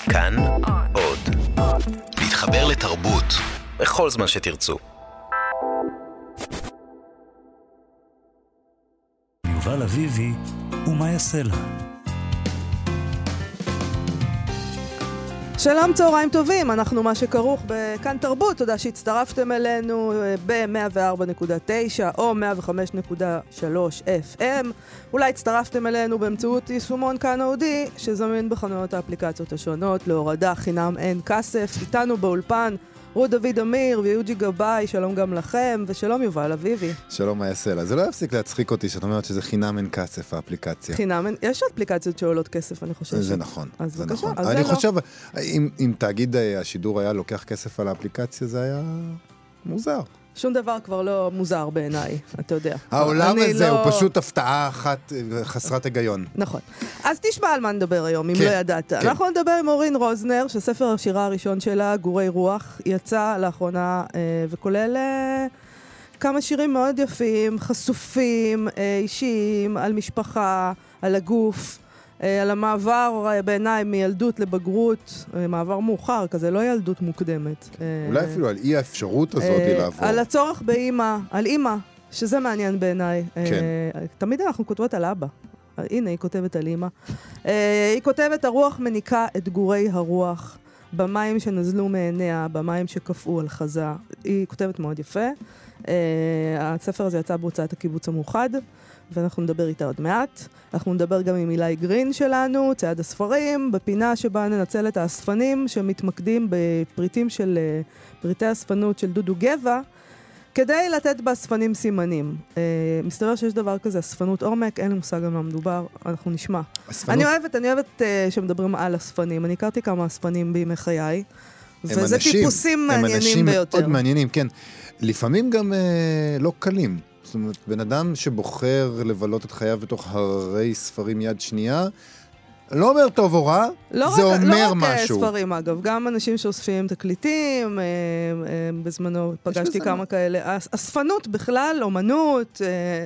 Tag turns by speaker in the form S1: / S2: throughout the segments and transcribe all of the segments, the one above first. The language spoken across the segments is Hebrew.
S1: כאן עוד. להתחבר לתרבות בכל זמן שתרצו.
S2: יובל אביבי ומה יעשה לה.
S3: שלום, צהריים טובים, אנחנו מה שכרוך בכאן תרבות, תודה שהצטרפתם אלינו ב-104.9 או 105.3 FM. אולי הצטרפתם אלינו באמצעות יישומון כאן אודי, שזמין בחנויות האפליקציות השונות, להורדה חינם אין כסף. איתנו באולפן רות דוד אמיר ויוג'י גבאי, שלום גם לכם, ושלום יובל אביבי.
S4: שלום, מה יעשה לה? זה לא יפסיק להצחיק אותי שאת אומרת שזה חינם אין כסף, האפליקציה.
S3: חינם אין, יש אפליקציות שעולות כסף, אני חושבת.
S4: זה נכון.
S3: אז
S4: זה
S3: בבקשה,
S4: נכון.
S3: אז
S4: אני
S3: זה
S4: חושב, אם תאגיד השידור היה לוקח כסף על האפליקציה, זה היה מוזר.
S3: שום דבר כבר לא מוזר בעיניי, אתה יודע.
S4: העולם הזה הוא פשוט הפתעה אחת חסרת היגיון.
S3: נכון. אז תשמע על מה נדבר היום, אם לא ידעת. אנחנו נדבר עם אורין רוזנר, שספר השירה הראשון שלה, גורי רוח, יצא לאחרונה וכולל כמה שירים מאוד יפים, חשופים, אישיים, על משפחה, על הגוף, על המעבר בעיניי מילדות לבגרות, מעבר מאוחר, כזה לא ילדות מוקדמת.
S4: אולי אפילו על אי האפשרות הזאת לעבור.
S3: על הצורך באמא, על אמא, שזה מעניין בעיניי.
S4: כן.
S3: תמיד אנחנו כותבות על אבא. הנה, היא כותבת על אמא. היא כותבת, הרוח מניקה את גורי הרוח, במים שנזלו מעיניה, במים שקפאו על חזה. היא כותבת מאוד יפה. הספר הזה יצא בהוצאת הקיבוץ המאוחד, ואנחנו נדבר איתה עוד מעט. אנחנו נדבר גם עם אילי גרין שלנו, צעד הספרים, בפינה שבה ננצל את האספנים שמתמקדים בפריטים של פריטי הספנות של דודו גבע, כדי לתת באספנים סימנים. מסתבר שיש דבר כזה, אספנות עומק, אין לי מושג על מה מדובר, אנחנו נשמע. אני אוהבת שמדברים על אספנים. אני הכרתי כמה אספנים בימי חיי, וזה טיפוסים מעניינים ביותר.
S4: הם אנשים מאוד מעניינים, כן. לפעמים גם לא קלים. זאת אומרת, בן אדם שבוחר לבלות את חייו בתוך הרי ספרים יד שנייה, לא אומר טוב או רע, זה אומר משהו.
S3: לא רק ספרים אגב, גם אנשים שאוספים תקליטים, בזמנו פגשתי כמה כאלה. אספנות בכלל, אומנות,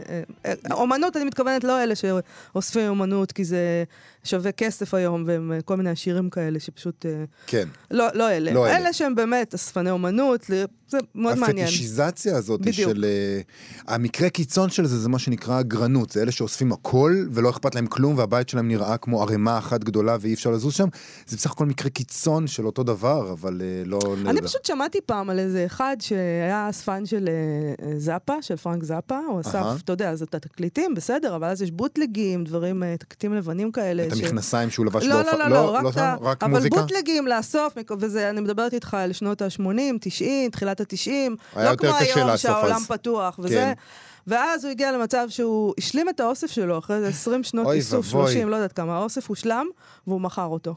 S3: אומנות אני מתכוונת לא אלה שאוספים אומנות, כי זה שווה כסף היום, וכל מיני עשירים כאלה שפשוט...
S4: כן.
S3: לא אלה. אלה שהם באמת אספני אומנות, זה מאוד מעניין.
S4: הפטישיזציה הזאת של... המקרה קיצון של זה מה שנקרא גרנות. זה אלה שאוספים הכל ולא אכפת להם כלום, והבית שלהם נראה כמו ערימה אחת גדולה ואי אפשר לזוז שם. זה בסך הכל מקרה קיצון של אותו דבר, אבל לא...
S3: אני פשוט שמעתי פעם על איזה אחד שהיה אספן של זאפה, של פרנק זאפה, הוא אסף, אתה יודע, זאת התקליטים, בסדר, אבל אז יש בוטלגים, דברים, תקליטים לבנים כאלה.
S4: את המכנסיים שהוא לבש
S3: לא, רק
S4: אבל
S3: מוזיקה? בוטלגים לאסוף, וזה, אני מדברת איתך על שנות ה-80, 90, תחילת ה-90, לא כמו היום שהעולם פתוח, וזה... ואז הוא הגיע למצב שהוא השלים את האוסף שלו, אחרי 20 שנות איסוף, 30, לא יודעת כמה, האוסף הושלם, והוא מכר אותו.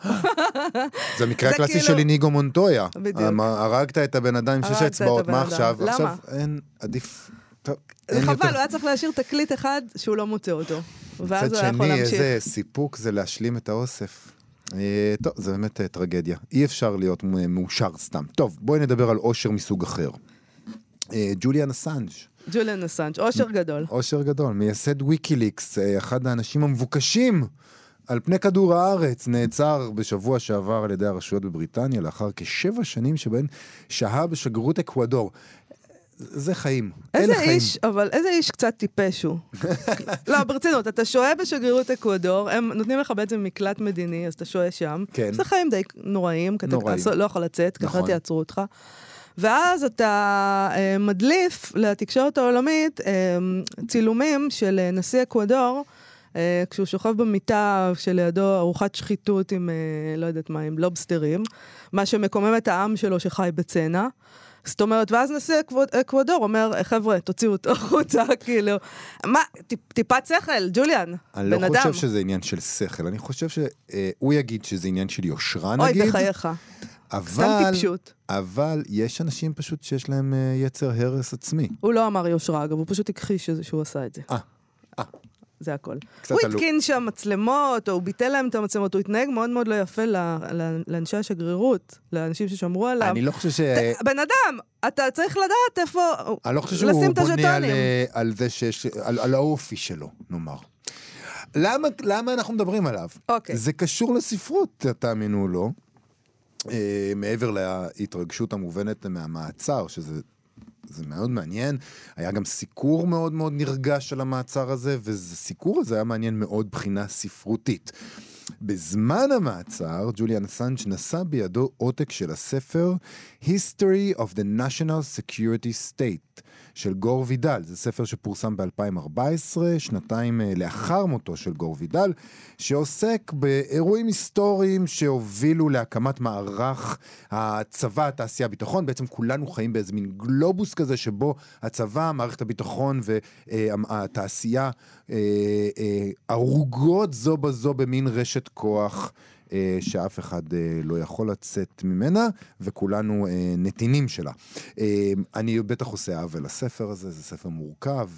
S4: זה המקרה הקלאסי של איניגו מונטויה. הרגת את הבן אדם עם 6 אצבעות, מה עכשיו?
S3: למה?
S4: אין, עדיף...
S3: זה חבל, הוא היה צריך להשאיר תקליט אחד שהוא לא מוצא אותו. ואז הוא היה יכול להמשיך.
S4: איזה סיפוק זה להשלים את האוסף. טוב, זה באמת טרגדיה. אי אפשר להיות מאושר סתם. טוב, בואי נדבר על אושר מסוג אחר. ג'וליאן אסנג'.
S3: ג'וליאן אסנג', אושר גדול.
S4: אושר גדול, מייסד ויקיליקס, אחד האנשים המבוקשים על פני כדור הארץ, נעצר בשבוע שעבר על ידי הרשויות בבריטניה, לאחר כ7 שנים שבהן שהה בשגרירות אקוודור. זה חיים.
S3: איזה איש, אבל איזה איש קצת טיפש הוא. לא, ברצינות, אתה שוהה בשגרירות אקוודור, הם נותנים לך בעצם מקלט מדיני, אז אתה שוהה שם.
S4: כן.
S3: זה חיים די נוראים, כי אתה לא יכול לצאת, ככה תיעצרו אותך. ואז אתה מדליף לתקשורת העולמית צילומים של נשיא אקוודור, כשהוא שוכב במיטה שלידו ארוחת שחיתות עם, לא יודעת מה, עם לובסטרים, מה שמקומם את העם שלו שחי בצנע. זאת אומרת, ואז נשיא אקוודור אומר, חבר'ה, תוציאו אותו החוצה, כאילו. מה, טיפת שכל, ג'וליאן, בן אדם.
S4: אני לא חושב שזה עניין של שכל, אני חושב שהוא יגיד שזה עניין של יושרה, נגיד.
S3: אוי, בחייך. סתם טיפשות.
S4: אבל יש אנשים פשוט שיש להם יצר הרס עצמי.
S3: הוא לא אמר יושרה, אגב, הוא פשוט הכחיש שהוא עשה את זה. זה הכל. הוא התקין שם מצלמות, או הוא ביטל להם את המצלמות, הוא התנהג מאוד מאוד לא יפה לאנשי השגרירות, לאנשים ששמרו עליו.
S4: אני לא חושב
S3: בן אדם, אתה צריך לדעת איפה לשים את הז'טונים.
S4: אני לא חושב שהוא בונה על זה שיש, על האופי שלו, נאמר. למה אנחנו מדברים עליו?
S3: אוקיי.
S4: זה קשור לספרות, תאמינו לו. מעבר להתרגשות המובנת מהמעצר, שזה מאוד מעניין, היה גם סיקור מאוד מאוד נרגש על המעצר הזה, וסיקור הזה היה מעניין מאוד בחינה ספרותית. בזמן המעצר, ג'וליאן אסנג' נשא בידו עותק של הספר History of the National Security State של גור וידל. זה ספר שפורסם ב-2014, שנתיים לאחר מותו של גור וידל, שעוסק באירועים היסטוריים שהובילו להקמת מערך הצבא, התעשייה, הביטחון. בעצם כולנו חיים באיזה מין גלובוס כזה, שבו הצבא, מערכת הביטחון והתעשייה ארוגות זו בזו במין רשת כוח שאף אחד לא יכול לצאת ממנה, וכולנו נתינים שלה. אני בטח עושה עוול לספר הזה, זה ספר מורכב,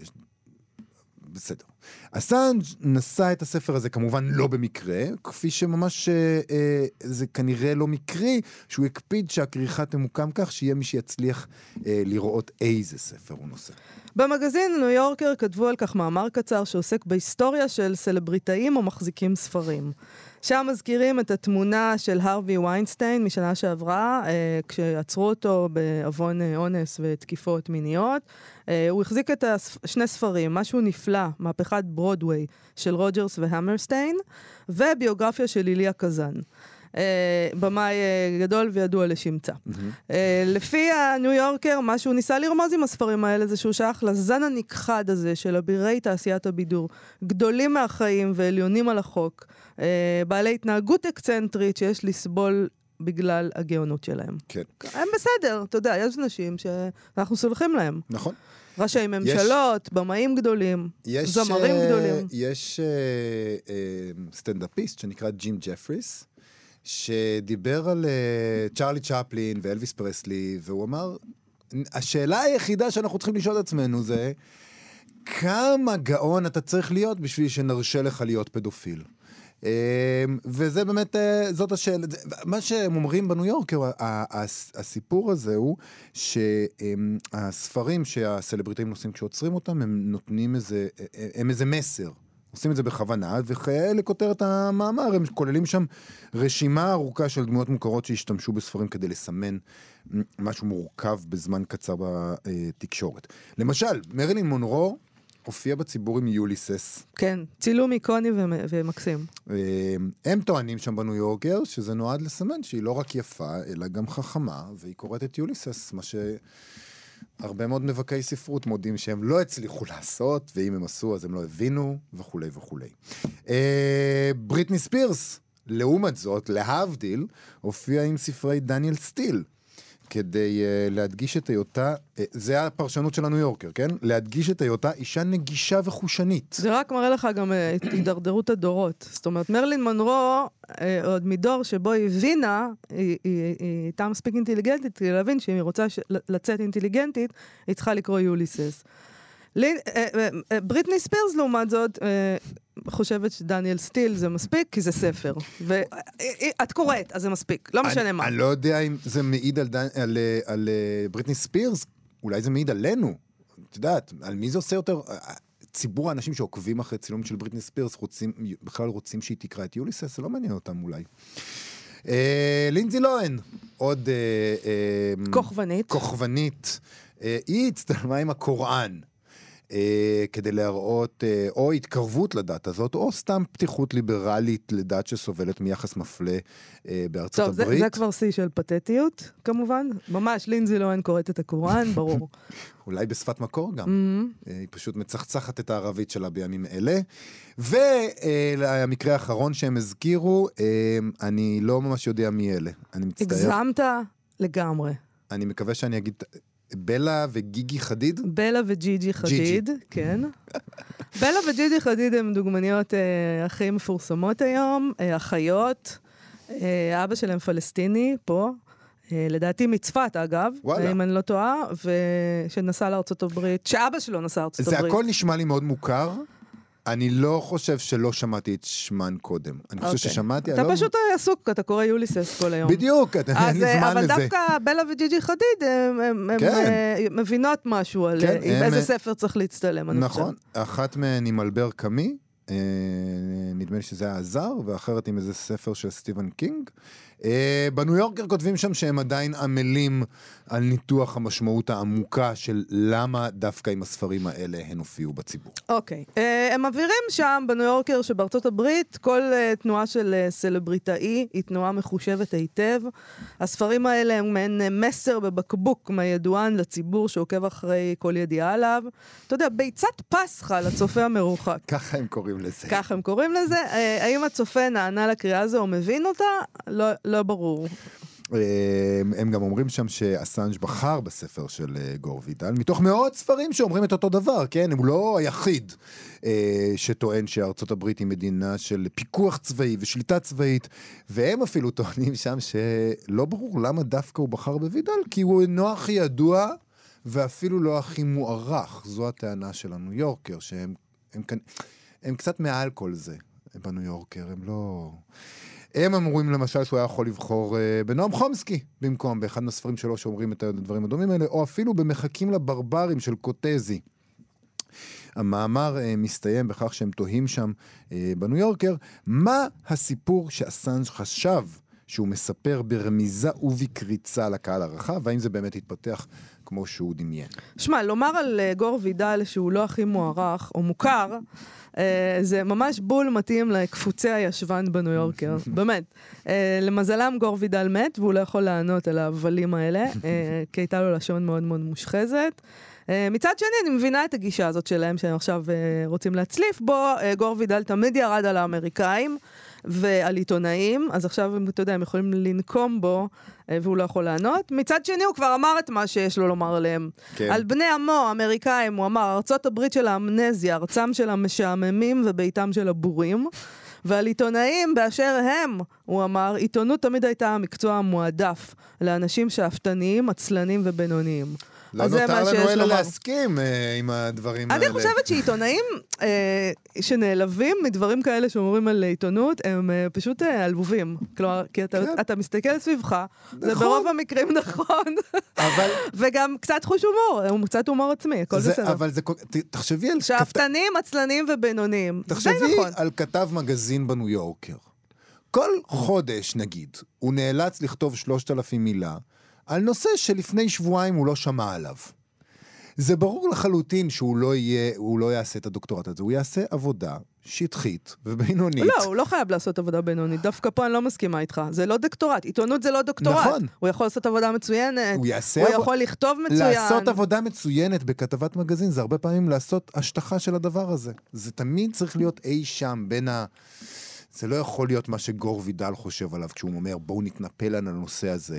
S4: בסדר. אסנג' נשא את הספר הזה כמובן לא במקרה, כפי שממש זה כנראה לא מקרי, שהוא הקפיד שהכריכה תמוקם כך שיהיה מי שיצליח לראות איזה ספר הוא נושא.
S3: במגזין ניו יורקר כתבו על כך מאמר קצר שעוסק בהיסטוריה של סלבריטאים או מחזיקים ספרים. שם מזכירים את התמונה של הרווי ויינסטיין משנה שעברה, כשעצרו אותו בעוון אונס ותקיפות מיניות. הוא החזיק את שני ספרים, משהו נפלא, מהפכת ברודווי של רוג'רס והמרסטיין, וביוגרפיה של איליה קזאן. במאי גדול וידוע לשמצה. לפי הניו יורקר, מה שהוא ניסה לרמוז עם הספרים האלה זה שהוא שייך לזן הנכחד הזה של אבירי תעשיית הבידור, גדולים מהחיים ועליונים על החוק, בעלי התנהגות אקצנטרית שיש לסבול בגלל הגאונות שלהם.
S4: כן.
S3: הם בסדר, אתה יודע, יש אנשים שאנחנו סולחים להם.
S4: נכון.
S3: ראשי ממשלות, במאים גדולים, זמרים גדולים.
S4: יש סטנדאפיסט שנקרא ג'ים ג'פריס, שדיבר על צ'רלי צ'פלין ואלוויס פרסלי, והוא אמר, השאלה היחידה שאנחנו צריכים לשאול את עצמנו זה, כמה גאון אתה צריך להיות בשביל שנרשה לך להיות פדופיל? וזה באמת, זאת השאלה. מה שהם אומרים בניו יורק, הסיפור הזה הוא שהספרים שהסלבריטאים נושאים כשעוצרים אותם, הם נותנים איזה מסר. עושים את זה בכוונה, וכאלה כותרת המאמר, הם כוללים שם רשימה ארוכה של דמויות מוכרות שהשתמשו בספרים כדי לסמן משהו מורכב בזמן קצר בתקשורת. למשל, מרילין מונרו הופיע בציבור עם יוליסס.
S3: כן, צילום איקוני ומקסים.
S4: הם טוענים שם בניו יורקר שזה נועד לסמן שהיא לא רק יפה, אלא גם חכמה, והיא קוראת את יוליסס, מה שהרבה מאוד מבקי ספרות מודים שהם לא הצליחו לעשות, ואם הם עשו אז הם לא הבינו, וכו' וכו'. בריטני ספירס, לעומת זאת, להבדיל, הופיע עם ספרי דניאל סטיל, כדי להדגיש את היותה, זה הפרשנות של הניו יורקר, כן? להדגיש את היותה אישה נגישה וחושנית.
S3: זה רק מראה לך גם את הידרדרות הדורות. זאת אומרת, מרלין מונרו, עוד מדור שבו היא הבינה, היא הייתה מספיק אינטליגנטית, כדי להבין שאם היא רוצה לצאת אינטליגנטית, היא צריכה לקרוא יוליסס. בריטני ספירס לעומת זאת חושבת שדניאל סטיל זה מספיק כי זה ספר ואת קוראת אז זה מספיק, לא משנה מה.
S4: אני לא יודע אם זה מעיד על בריטני ספירס, אולי זה מעיד עלינו, את יודעת, על מי זה עושה יותר, ציבור האנשים שעוקבים אחרי צילום של בריטני ספירס בכלל רוצים שהיא תקרא את יוליסס, זה לא מעניין אותם אולי. לינזי לוהן, עוד כוכבנית, היא הצטלמה עם הקוראן, כדי להראות או התקרבות לדת הזאת, או סתם פתיחות ליברלית לדת שסובלת מיחס מפלה בארצות הברית.
S3: טוב, זה כבר שיא של פתטיות, כמובן. ממש, לינזי לוהן קוראת את הקוראן, ברור.
S4: אולי בשפת מקור גם. היא פשוט מצחצחת את הערבית שלה בימים אלה. והמקרה האחרון שהם הזכירו, אני לא ממש יודע מי אלה. אני מצטער.
S3: הגזמת לגמרי.
S4: אני מקווה שאני אגיד בלה וגיגי חדיד?
S3: בלה וג'יג'י חדיד, כן. בלה וג'יג'י חדיד הם דוגמניות הכי מפורסמות היום, אחיות, אבא שלהם פלסטיני, פה, לדעתי מצפת אגב, אם אני לא טועה, שנסע לארצות הברית, שאבא שלו נסע לארצות הברית.
S4: זה הכל נשמע לי מאוד מוכר, אני לא חושב שלא שמעתי את שמן קודם. אני חושב ששמעתי...
S3: אתה פשוט עסוק, אתה קורא יוליסס כל היום.
S4: בדיוק, אין לי זמן לזה.
S3: אבל דווקא בלה וג'יג'י חדיד, הן מבינות משהו על איזה ספר צריך להצטלם.
S4: נכון, אחת מהן עם אלבר קאמי, נדמה לי שזה היה הזר, ואחרת עם איזה ספר של סטיבן קינג. בניו יורקר כותבים שם שהם עדיין עמלים על ניתוח המשמעות העמוקה של למה דווקא עם הספרים האלה הן הופיעו בציבור.
S3: אוקיי. הם מבהירים שם בניו יורקר שבארצות הברית כל תנועה של סלבריטאי היא תנועה מחושבת היטב. הספרים האלה הם מעין מסר בבקבוק מהידוען לציבור שעוקב אחרי כל ידיעה עליו. אתה יודע, ביצת פסחה לצופה המרוחק.
S4: ככה הם קוראים לזה.
S3: ככה הם קוראים לזה. האם הצופה נענה לקריאה הזו או מבין אותה? לא ברור.
S4: הם גם אומרים שם שאסנג' בחר בספר של גור וידל, מתוך מאות ספרים שאומרים את אותו דבר, כן? הוא לא היחיד שטוען שארצות הברית היא מדינה של פיקוח צבאי ושליטה צבאית, והם אפילו טוענים שם שלא ברור למה דווקא הוא בחר בוידל, כי הוא אינו הכי ידוע ואפילו לא הכי מוערך. זו הטענה של הניו יורקר, הם קצת מעל כל זה בניו יורקר, הם לא... הם אמורים למשל שהוא היה יכול לבחור בנועם חומסקי במקום, באחד מהספרים שלו שאומרים את הדברים הדומים האלה, או אפילו במחכים לברברים של קוטזי. המאמר מסתיים בכך שהם תוהים שם בניו יורקר, מה הסיפור שאסנג' חשב שהוא מספר ברמיזה ובקריצה לקהל הרחב, והאם זה באמת התפתח כמו שהוא דמיין.
S3: שמע, לומר על גור וידל שהוא לא הכי מוערך או מוכר, זה ממש בול מתאים לקפוצי הישבן בניו יורקר, באמת. למזלם גור וידל מת, והוא לא יכול לענות על ההבלים האלה, כי הייתה לו לשון מאוד מאוד מושחזת. מצד שני, אני מבינה את הגישה הזאת שלהם, שהם עכשיו רוצים להצליף בו. גור וידל תמיד ירד על האמריקאים ועל עיתונאים, אז עכשיו, אתה יודע, הם יכולים לנקום בו, והוא לא יכול לענות. מצד שני, הוא כבר אמר את מה שיש לו לומר עליהם. כן. על בני עמו, האמריקאים, הוא אמר, ארצות הברית של האמנזיה, ארצם של המשעממים וביתם של הבורים. ועל עיתונאים באשר הם, הוא אמר, עיתונות תמיד הייתה המקצוע המועדף לאנשים שאפתניים, עצלנים ובינוניים.
S4: לא נותר לנו אלא להסכים עם הדברים האלה.
S3: אני חושבת שעיתונאים שנעלבים מדברים כאלה שאומרים על עיתונות, הם פשוט עלבובים. כלומר, כי אתה מסתכל סביבך, זה ברוב המקרים נכון. וגם קצת חוש הומור, הוא קצת הומור עצמי, הכל בסדר.
S4: אבל תחשבי על...
S3: שאפתנים, עצלנים ובינוניים.
S4: תחשבי על כתב מגזין בניו יורקר. כל חודש, נגיד, הוא נאלץ לכתוב 3,000 מילה, על נושא שלפני שבועיים הוא לא שמע עליו. זה ברור לחלוטין שהוא לא יעשה את הדוקטורט הזה, הוא יעשה עבודה שטחית ובינונית.
S3: לא, הוא לא חייב לעשות עבודה בינונית, דווקא פה אני לא מסכימה איתך, זה לא דוקטורט, עיתונות זה לא דוקטורט. נכון. הוא יכול לעשות עבודה מצוינת, הוא יכול לכתוב מצוין.
S4: לעשות עבודה מצוינת בכתבת מגזין, זה הרבה פעמים לעשות השטחה של הדבר הזה. זה תמיד צריך להיות אי שם בין זה לא יכול להיות מה שגור וידל חושב עליו, כשהוא אומר, בואו נתנפל על הנושא הזה,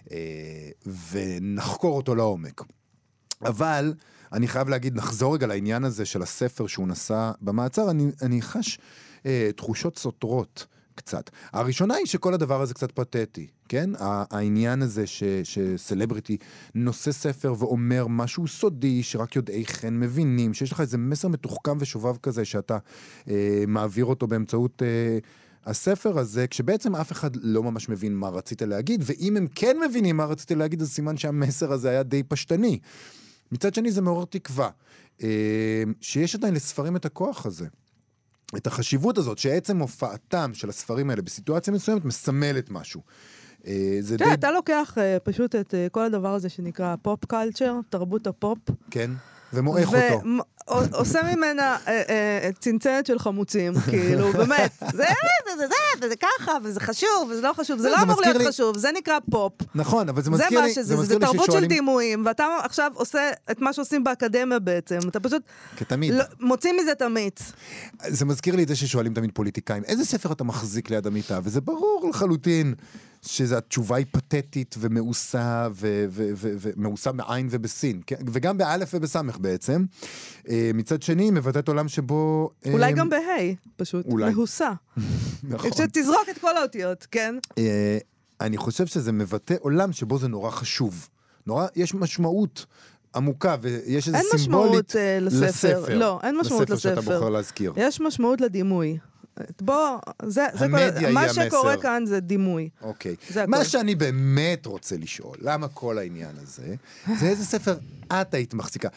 S4: ונחקור אותו לעומק. אבל, אני חייב להגיד, נחזור רגע לעניין הזה של הספר שהוא נסע במעצר, אני חש תחושות סותרות קצת. הראשונה היא שכל הדבר הזה קצת פתטי, כן? העניין הזה שסלבריטי נושא ספר ואומר משהו סודי, שרק יודעי חן מבינים, שיש לך איזה מסר מתוחכם ושובב כזה, שאתה מעביר אותו באמצעות הספר הזה, כשבעצם אף אחד לא ממש מבין מה רצית להגיד, ואם הם כן מבינים מה רצית להגיד, אז סימן שהמסר הזה היה די פשטני. מצד שני זה מעורר תקווה, שיש עדיין לספרים את הכוח הזה. את החשיבות הזאת, שעצם הופעתם של הספרים האלה בסיטואציה מסוימת מסמלת משהו.
S3: כן, אתה לוקח פשוט את כל הדבר הזה שנקרא פופ קלצ'ר, תרבות הפופ.
S4: כן, ומועך אותו.
S3: עושה ממנה צנצנת של חמוצים, כאילו, באמת, זה ככה, וזה חשוב, וזה לא חשוב, זה לא אמור להיות חשוב, זה נקרא פופ.
S4: נכון, אבל זה מזכיר לי...
S3: זה תרבות של דימויים, ואתה עכשיו עושה את מה שעושים באקדמיה בעצם, אתה פשוט מוציא מזה תמיץ.
S4: זה מזכיר לי את זה ששואלים תמיד פוליטיקאים, איזה ספר אתה מחזיק ליד המיטה? וזה ברור לחלוטין שזו התשובה היא פתטית ומאוסה, ומאוסה בעין ובסין, וגם באלף ובסמך בעצם. מצד שני, מבטאת עולם שבו...
S3: אולי גם בהי, פשוט, מהוסה. נכון. שתזרוק את כל האותיות, כן?
S4: אני חושב שזה מבטא עולם שבו זה נורא חשוב. יש משמעות עמוקה, ויש איזו סימבולית לספר.
S3: לא, אין משמעות לספר.
S4: לספר שאתה בוחר להזכיר.
S3: יש משמעות לדימוי. בוא, מה שקורה כאן זה דימוי.
S4: אוקיי. מה שאני באמת רוצה לשאול, למה כל העניין הזה, זה איזה ספר את היית מחזיקה.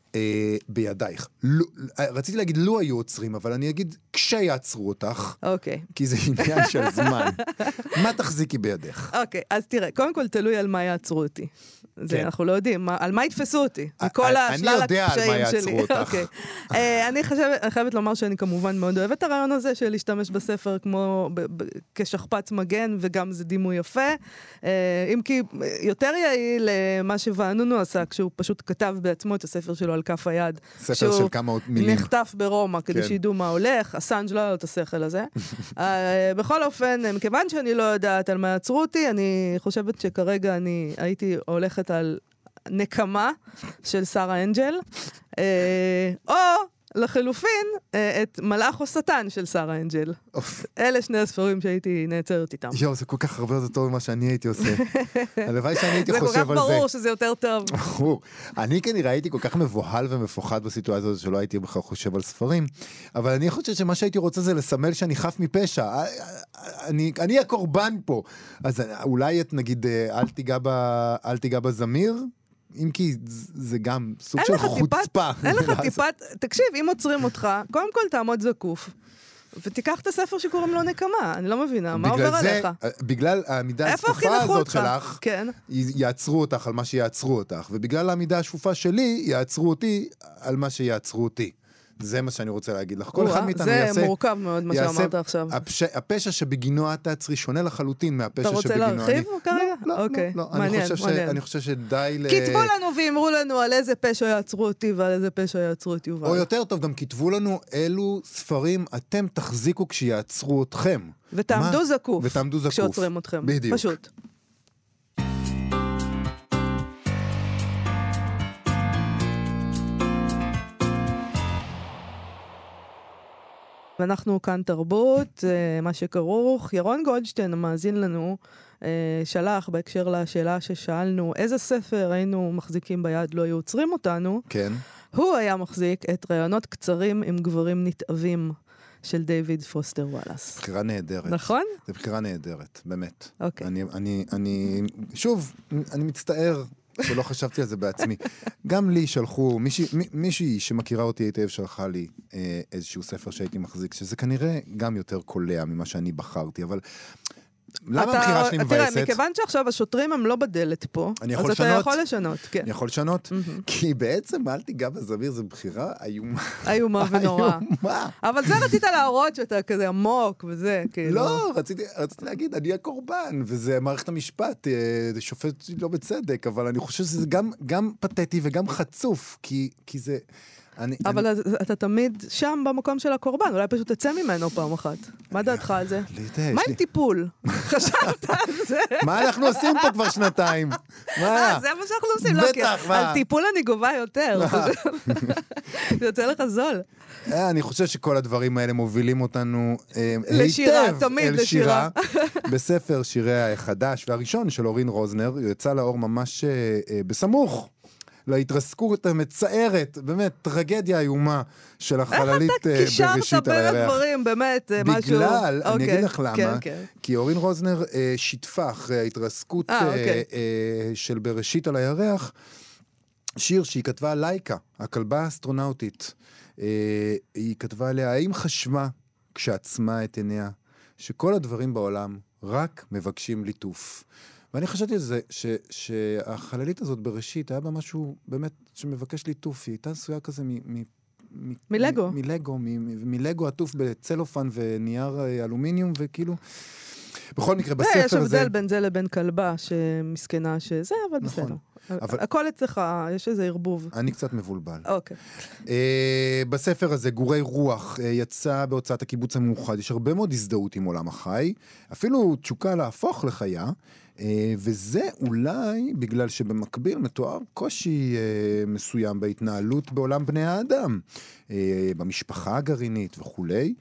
S4: בידייך. רציתי להגיד לא היו עוצרים, אבל אני אגיד כשיעצרו אותך, כי זה עניין של זמן. מה תחזיקי בידך?
S3: אוקיי, אז תראה, קודם כל תלוי על מה יעצרו אותי. זה אנחנו לא יודעים, על מה יתפסו אותי? מכל השלל הקשיים שלי. אני חייבת לומר שאני כמובן מאוד אוהבת את הרעיון הזה של להשתמש בספר כמו כשכפ"ץ מגן, וגם זה דימוי יפה. אם כי יותר יעיל מה שווענונו עשה, כשהוא פשוט כתב בעצמו את הספר שלו על כף היד.
S4: ספר של כמה מילים.
S3: נחטף ברומא, כדי שידעו מה הולך. אסנג' לא היה לו את השכל הזה. בכל אופן, מכיוון שאני לא יודעת על מה יעצרו אותי, אני חושבת שכרגע אני הייתי הולכת על נקמה של שרה אנג'ל, או לחלופין את מלאך או שטן של שרה אנג'ל. אלה שני הספרים שהייתי נעצרת איתם.
S4: יואו, זה כל כך הרבה יותר טוב ממה שאני הייתי עושה. הלוואי שאני הייתי חושב על זה.
S3: זה כל כך ברור שזה יותר טוב.
S4: אני כנראה הייתי כל כך מבוהל ומפוחד בסיטואציה הזאת שלא הייתי בכלל חושב על ספרים, אבל אני חושב שמה שהייתי רוצה זה לסמל שאני חף מפשע. אני הקורבן פה. אז אולי את נגיד אל תיגע בזמיר? אם כי זה גם סוג של חוצפה.
S3: אין לך טיפת, תקשיב, אם עוצרים אותך, קודם כל תעמוד זקוף, ותיקח את הספר שקוראים לו נקמה, אני לא מבינה, מה עובר עליך?
S4: בגלל העמידה השפופה הזאת שלך, יעצרו אותך על מה שיעצרו אותך, ובגלל העמידה השפופה שלי, יעצרו אותי על מה שיעצרו אותי. זה מה שאני רוצה להגיד לך. כל אחד מאיתנו יעשה...
S3: זה מורכב מאוד מה שאמרת עכשיו.
S4: הפשע שבגינו את תעצרי שונה לחלוטין מהפשע שבגינו אני...
S3: אתה רוצה להרחיב כרגע?
S4: לא. אני חושב שדי
S3: כתבו לנו ואמרו לנו על איזה פשע יעצרו אותי ועל איזה פשע יעצרו את יובל.
S4: או יותר טוב, גם כתבו לנו אילו ספרים אתם תחזיקו כשיעצרו אתכם.
S3: ותעמדו זקוף. כשעוצרים אתכם.
S4: בדיוק.
S3: פשוט. ואנחנו כאן תרבות, מה שכרוך. ירון גולדשטיין, המאזין לנו, שלח בהקשר לשאלה ששאלנו, איזה ספר היינו מחזיקים ביד לא היו עוצרים אותנו?
S4: כן.
S3: הוא היה מחזיק את רעיונות קצרים עם גברים נתאבים של דיוויד פוסטר וואלאס.
S4: בחירה נהדרת.
S3: נכון?
S4: זו בחירה נהדרת, באמת.
S3: אוקיי.
S4: שוב, אני מצטער שלא חשבתי על זה בעצמי. גם לי שלחו, מישהי שמכירה אותי היטב שלחה לי איזשהו ספר שהייתי מחזיק, שזה כנראה גם יותר קולע ממה שאני בחרתי, אבל למה הבחירה שלי מבאסת?
S3: תראה, מכיוון שעכשיו השוטרים הם לא בדלת פה, אז אתה יכול לשנות.
S4: אני יכול לשנות? כי בעצם אל תיגע בזמיר, זו בחירה איומה.
S3: איומה ונורא. אבל זה רצית להראות שאתה כזה עמוק וזה.
S4: לא, רציתי להגיד, אני הקורבן, וזה מערכת המשפט, זה שופט לא בצדק, אבל אני חושב שזה גם פתטי וגם חצוף, כי זה...
S3: אבל אתה תמיד שם במקום של הקורבן, אולי פשוט תצא ממנו פעם אחת. מה דעתך על זה? מה עם טיפול? חשבת על זה?
S4: מה אנחנו עושים פה כבר שנתיים?
S3: זה מה שאנחנו עושים.
S4: בטח, מה?
S3: על טיפול אני גובה יותר. זה יוצא לך זול.
S4: אני חושב שכל הדברים האלה מובילים אותנו
S3: לשירה, תמיד לשירה.
S4: בספר שיריה החדש והראשון של אורין רוזנר, יצא לאור ממש בסמוך. להתרסקות המצערת, באמת, טרגדיה איומה של החללית בראשית על הירח.
S3: איך אתה קישרת בין הדברים, באמת, משהו...
S4: בגלל, אני אגיד לך למה, כי אורין רוזנר שיתפה אחרי ההתרסקות של בראשית על הירח, שיר שהיא כתבה לייקה, הכלבה האסטרונאוטית. היא כתבה עליה, האם חשמה כשעצמה את עיניה, שכל הדברים בעולם רק מבקשים ליטוף. ואני חשבתי על זה, שהחללית הזאת בראשית היה בה משהו באמת שמבקש ליטוף, היא הייתה עשויה כזה
S3: מלגו.
S4: מלגו עטוף בצלופן ונייר אלומיניום, וכאילו, בכל מקרה בספר הזה...
S3: יש הבדל בין זה לבין כלבה שמסכנה שזה, אבל בסדר. הכל אצלך, יש איזה ערבוב.
S4: אני קצת מבולבל.
S3: אוקיי.
S4: בספר הזה, גורי רוח, יצא בהוצאת הקיבוץ המאוחד, יש הרבה מאוד הזדהות עם עולם החי, אפילו תשוקה להפוך לחיה, וזה אולי בגלל שבמקביל מתואר קושי מסוים בהתנהלות בעולם בני האדם, במשפחה הגרעינית וכולי.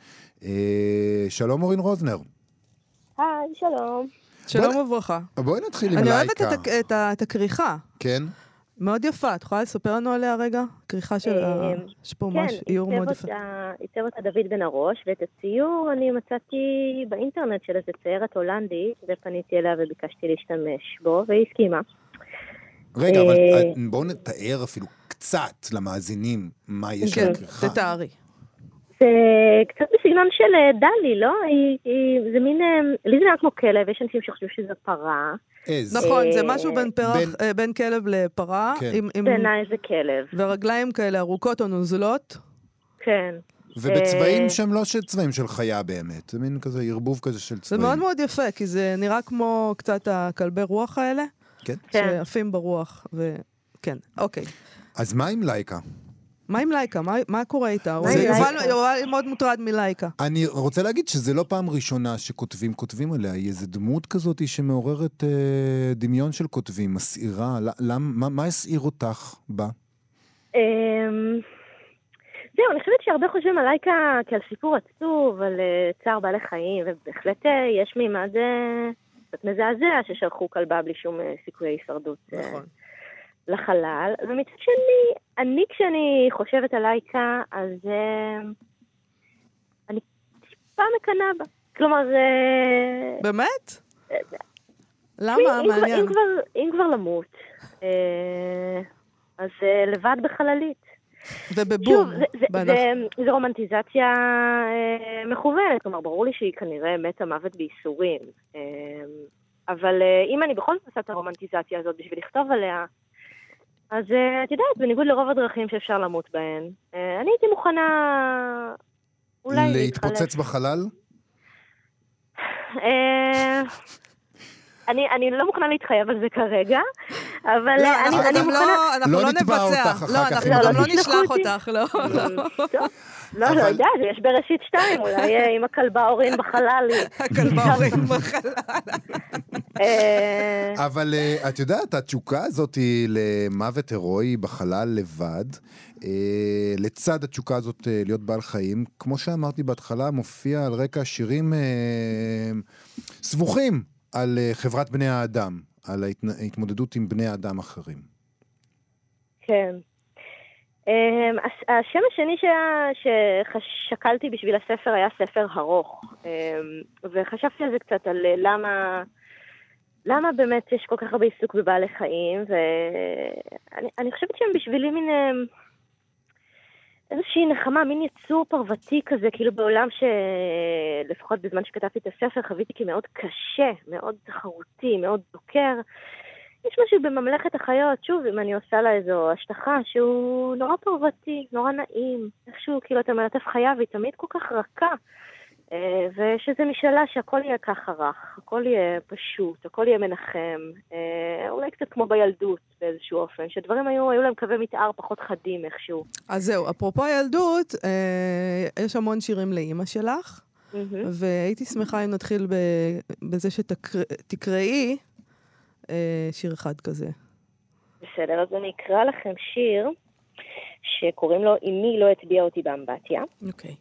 S4: שלום אורין רוזנר.
S5: היי, שלום.
S3: שלום וברכה.
S4: בואי נתחיל עם לייקה.
S3: אני אוהבת את הכריכה.
S4: כן.
S3: מאוד יפה, את יכולה לספר לנו עליה רגע? כריכה של... יש פה ממש איור מאוד יפה.
S5: כן, עיצב אותה דוד בן הראש, ואת הציור אני מצאתי באינטרנט של איזה ציירת הולנדית, ופניתי אליה וביקשתי להשתמש בו, והיא הסכימה.
S4: רגע, אבל בואו נתאר אפילו קצת למאזינים מה יש לכך.
S3: כן, תתארי.
S5: זה קצת בסגנון של דלי, לא? זה מין, לי זה נראה כמו כלב, יש אנשים שחושבים שזה פרה.
S3: נכון, זה משהו בין כלב לפרה.
S5: בעיניי זה כלב.
S3: ורגליים כאלה ארוכות או נוזלות.
S5: כן.
S4: ובצבעים שהם לא צבעים של חיה באמת, זה מין כזה ערבוב כזה של צבעים.
S3: זה מאוד מאוד יפה, כי זה נראה כמו קצת הכלבי רוח האלה, שעפים ברוח, וכן, אוקיי.
S4: אז מה עם לייקה?
S3: מה עם לייקה? מה קורה איתה? יובל מאוד מוטרד מלייקה.
S4: אני רוצה להגיד שזה לא פעם ראשונה שכותבים עליה, היא איזו דמות כזאת שמעוררת דמיון של כותבים, מסעירה, מה הסעיר אותך בה?
S5: זהו, אני חושבת שהרבה חושבים על לייקה כעל סיפור עצוב, על צער בעלי חיים, ובהחלט יש מימד קצת מזעזע ששלחו כלבה בלי שום סיכויי הישרדות לחלל. ומצד שני, כשאני חושבת על לייקה, אז אני טיפה מקנה בה. כלומר...
S3: באמת? למה? מעניין.
S5: אם כבר למות, אז לבד בחללית.
S3: ובבום.
S5: זה רומנטיזציה מכוונת, כלומר, ברור לי שהיא כנראה מתה מוות בייסורים. אבל אם אני בכל זאת עושה את הרומנטיזציה הזאת בשביל לכתוב עליה, אז את יודעת, בניגוד לרוב הדרכים שאפשר למות בהן, אני הייתי מוכנה אולי
S4: להתפוצץ בחלל?
S5: אני לא מוכנה להתחייב על זה כרגע, אבל אני מוכנה...
S3: אנחנו לא נבצע. לא, אנחנו גם לא נשלח אותך, לא.
S5: לא יודע, יש בראשית 2, אולי עם הכלבה אורין בחלל.
S3: הכלבה אורין בחלל.
S4: אבל את יודעת, התשוקה הזאת היא למוות הירואי בחלל לבד, לצד התשוקה הזאת להיות בעל חיים, כמו שאמרתי בהתחלה, מופיע על רקע שירים סבוכים על חברת בני האדם, על ההתמודדות עם בני האדם אחרים.
S5: כן. השם השני ששקלתי בשביל הספר היה ספר ארוך, וחשבתי על זה קצת, על למה באמת יש כל כך הרבה עיסוק בבעלי חיים, ואני חושבת שהם בשבילי מין איזושהי נחמה, מין יצור פרוותי כזה, כאילו בעולם שלפחות בזמן שכתבתי את הספר חוויתי כמאוד קשה, מאוד תחרותי, מאוד דוקר. יש משהו בממלכת החיות, שוב, אם אני עושה לה איזו השטחה, שהוא נורא פרוותי, נורא נעים, איכשהו, כאילו אתה מלטף חיה והיא תמיד כל כך רכה, ושזה משאלה שהכל יהיה ככה רך, הכל יהיה פשוט, הכל יהיה מנחם, אולי קצת כמו בילדות באיזשהו אופן, שדברים היו להם קווי מתאר פחות חדים איכשהו.
S3: אז זהו, אפרופו ילדות, יש המון שירים לאמא שלך, והייתי שמחה אם נתחיל בזה שתקראי שיר אחד כזה.
S5: בסדר, אז אני אקרא לכם שיר שקוראים לו אמי לא הטביעה אותי באמבטיה.
S3: אוקיי.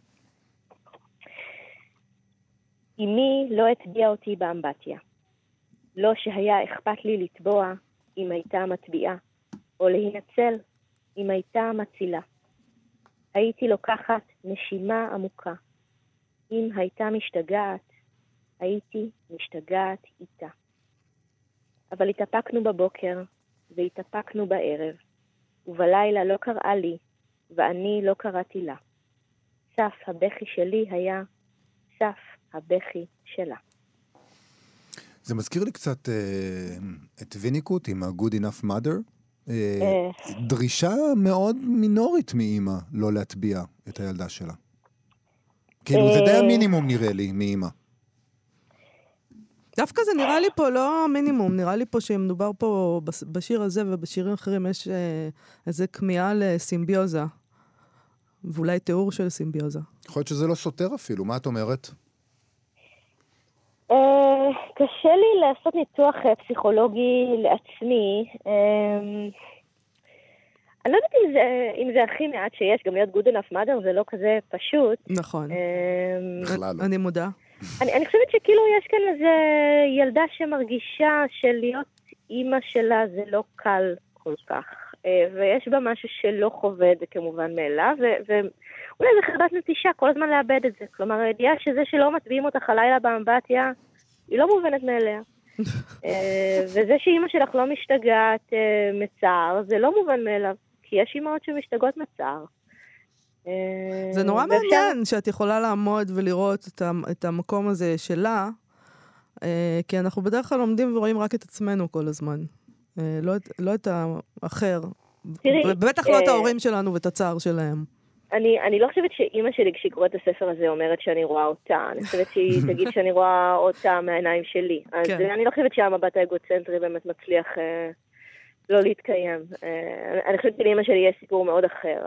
S5: אמי לא הטביעה אותי באמבטיה. לא שהיה אכפת לי לטבוע אם הייתה מטביעה, או להינצל אם הייתה מצילה. הייתי לוקחת נשימה עמוקה. אם הייתה משתגעת, הייתי משתגעת איתה. אבל התאפקנו בבוקר, והתאפקנו בערב, ובלילה לא קראה לי, ואני לא קראתי לה. סף הבכי שלי היה סף הבכי שלה.
S4: זה מזכיר לי קצת את ויניקוט עם ה-Good Enough Mother. דרישה מאוד מינורית מאמא לא להטביע את הילדה שלה. כאילו זה די המינימום נראה לי מאמא.
S3: דווקא זה נראה לי פה לא מינימום, נראה לי פה שמדובר פה בשיר הזה ובשירים אחרים יש איזה כמיהה לסימביוזה, ואולי תיאור של סימביוזה.
S4: יכול להיות שזה לא סותר אפילו, מה את אומרת?
S5: קשה לי לעשות ניתוח פסיכולוגי לעצמי. אני לא יודעת אם זה הכי מעט שיש, גם להיות good enough mother זה לא כזה פשוט.
S3: נכון, אני מודה.
S5: אני חושבת שכאילו יש כאן איזו ילדה שמרגישה שלהיות אימא שלה זה לא קל כל כך, ויש בה משהו שלא חווה את זה כמובן מאליו, ואולי זה חרדת נטישה כל הזמן לאבד את זה. כלומר, הידיעה שזה שלא מטביעים אותך הלילה באמבטיה, היא לא מובנת מאליה. וזה שאימא שלך לא משתגעת מצער, זה לא מובן מאליו. כי יש אימהות שמשתגעות מצער.
S3: זה נורא מעניין שאת יכולה לעמוד ולראות את המקום הזה שלה, כי אנחנו בדרך כלל עומדים ורואים רק את עצמנו כל הזמן. לא את האחר. ובטח לא את ההורים שלנו ואת הצער שלהם.
S5: אני לא חושבת שאימא שלי כשהיא קוראת את הספר הזה אומרת שאני רואה אותה. אני חושבת שהיא תגיד שאני רואה אותה מהעיניים שלי. אז אני לא חושבת שהמבט האגוצנטרי באמת מצליח לא להתקיים. אני חושבת שלאמא שלי יש סיפור מאוד אחר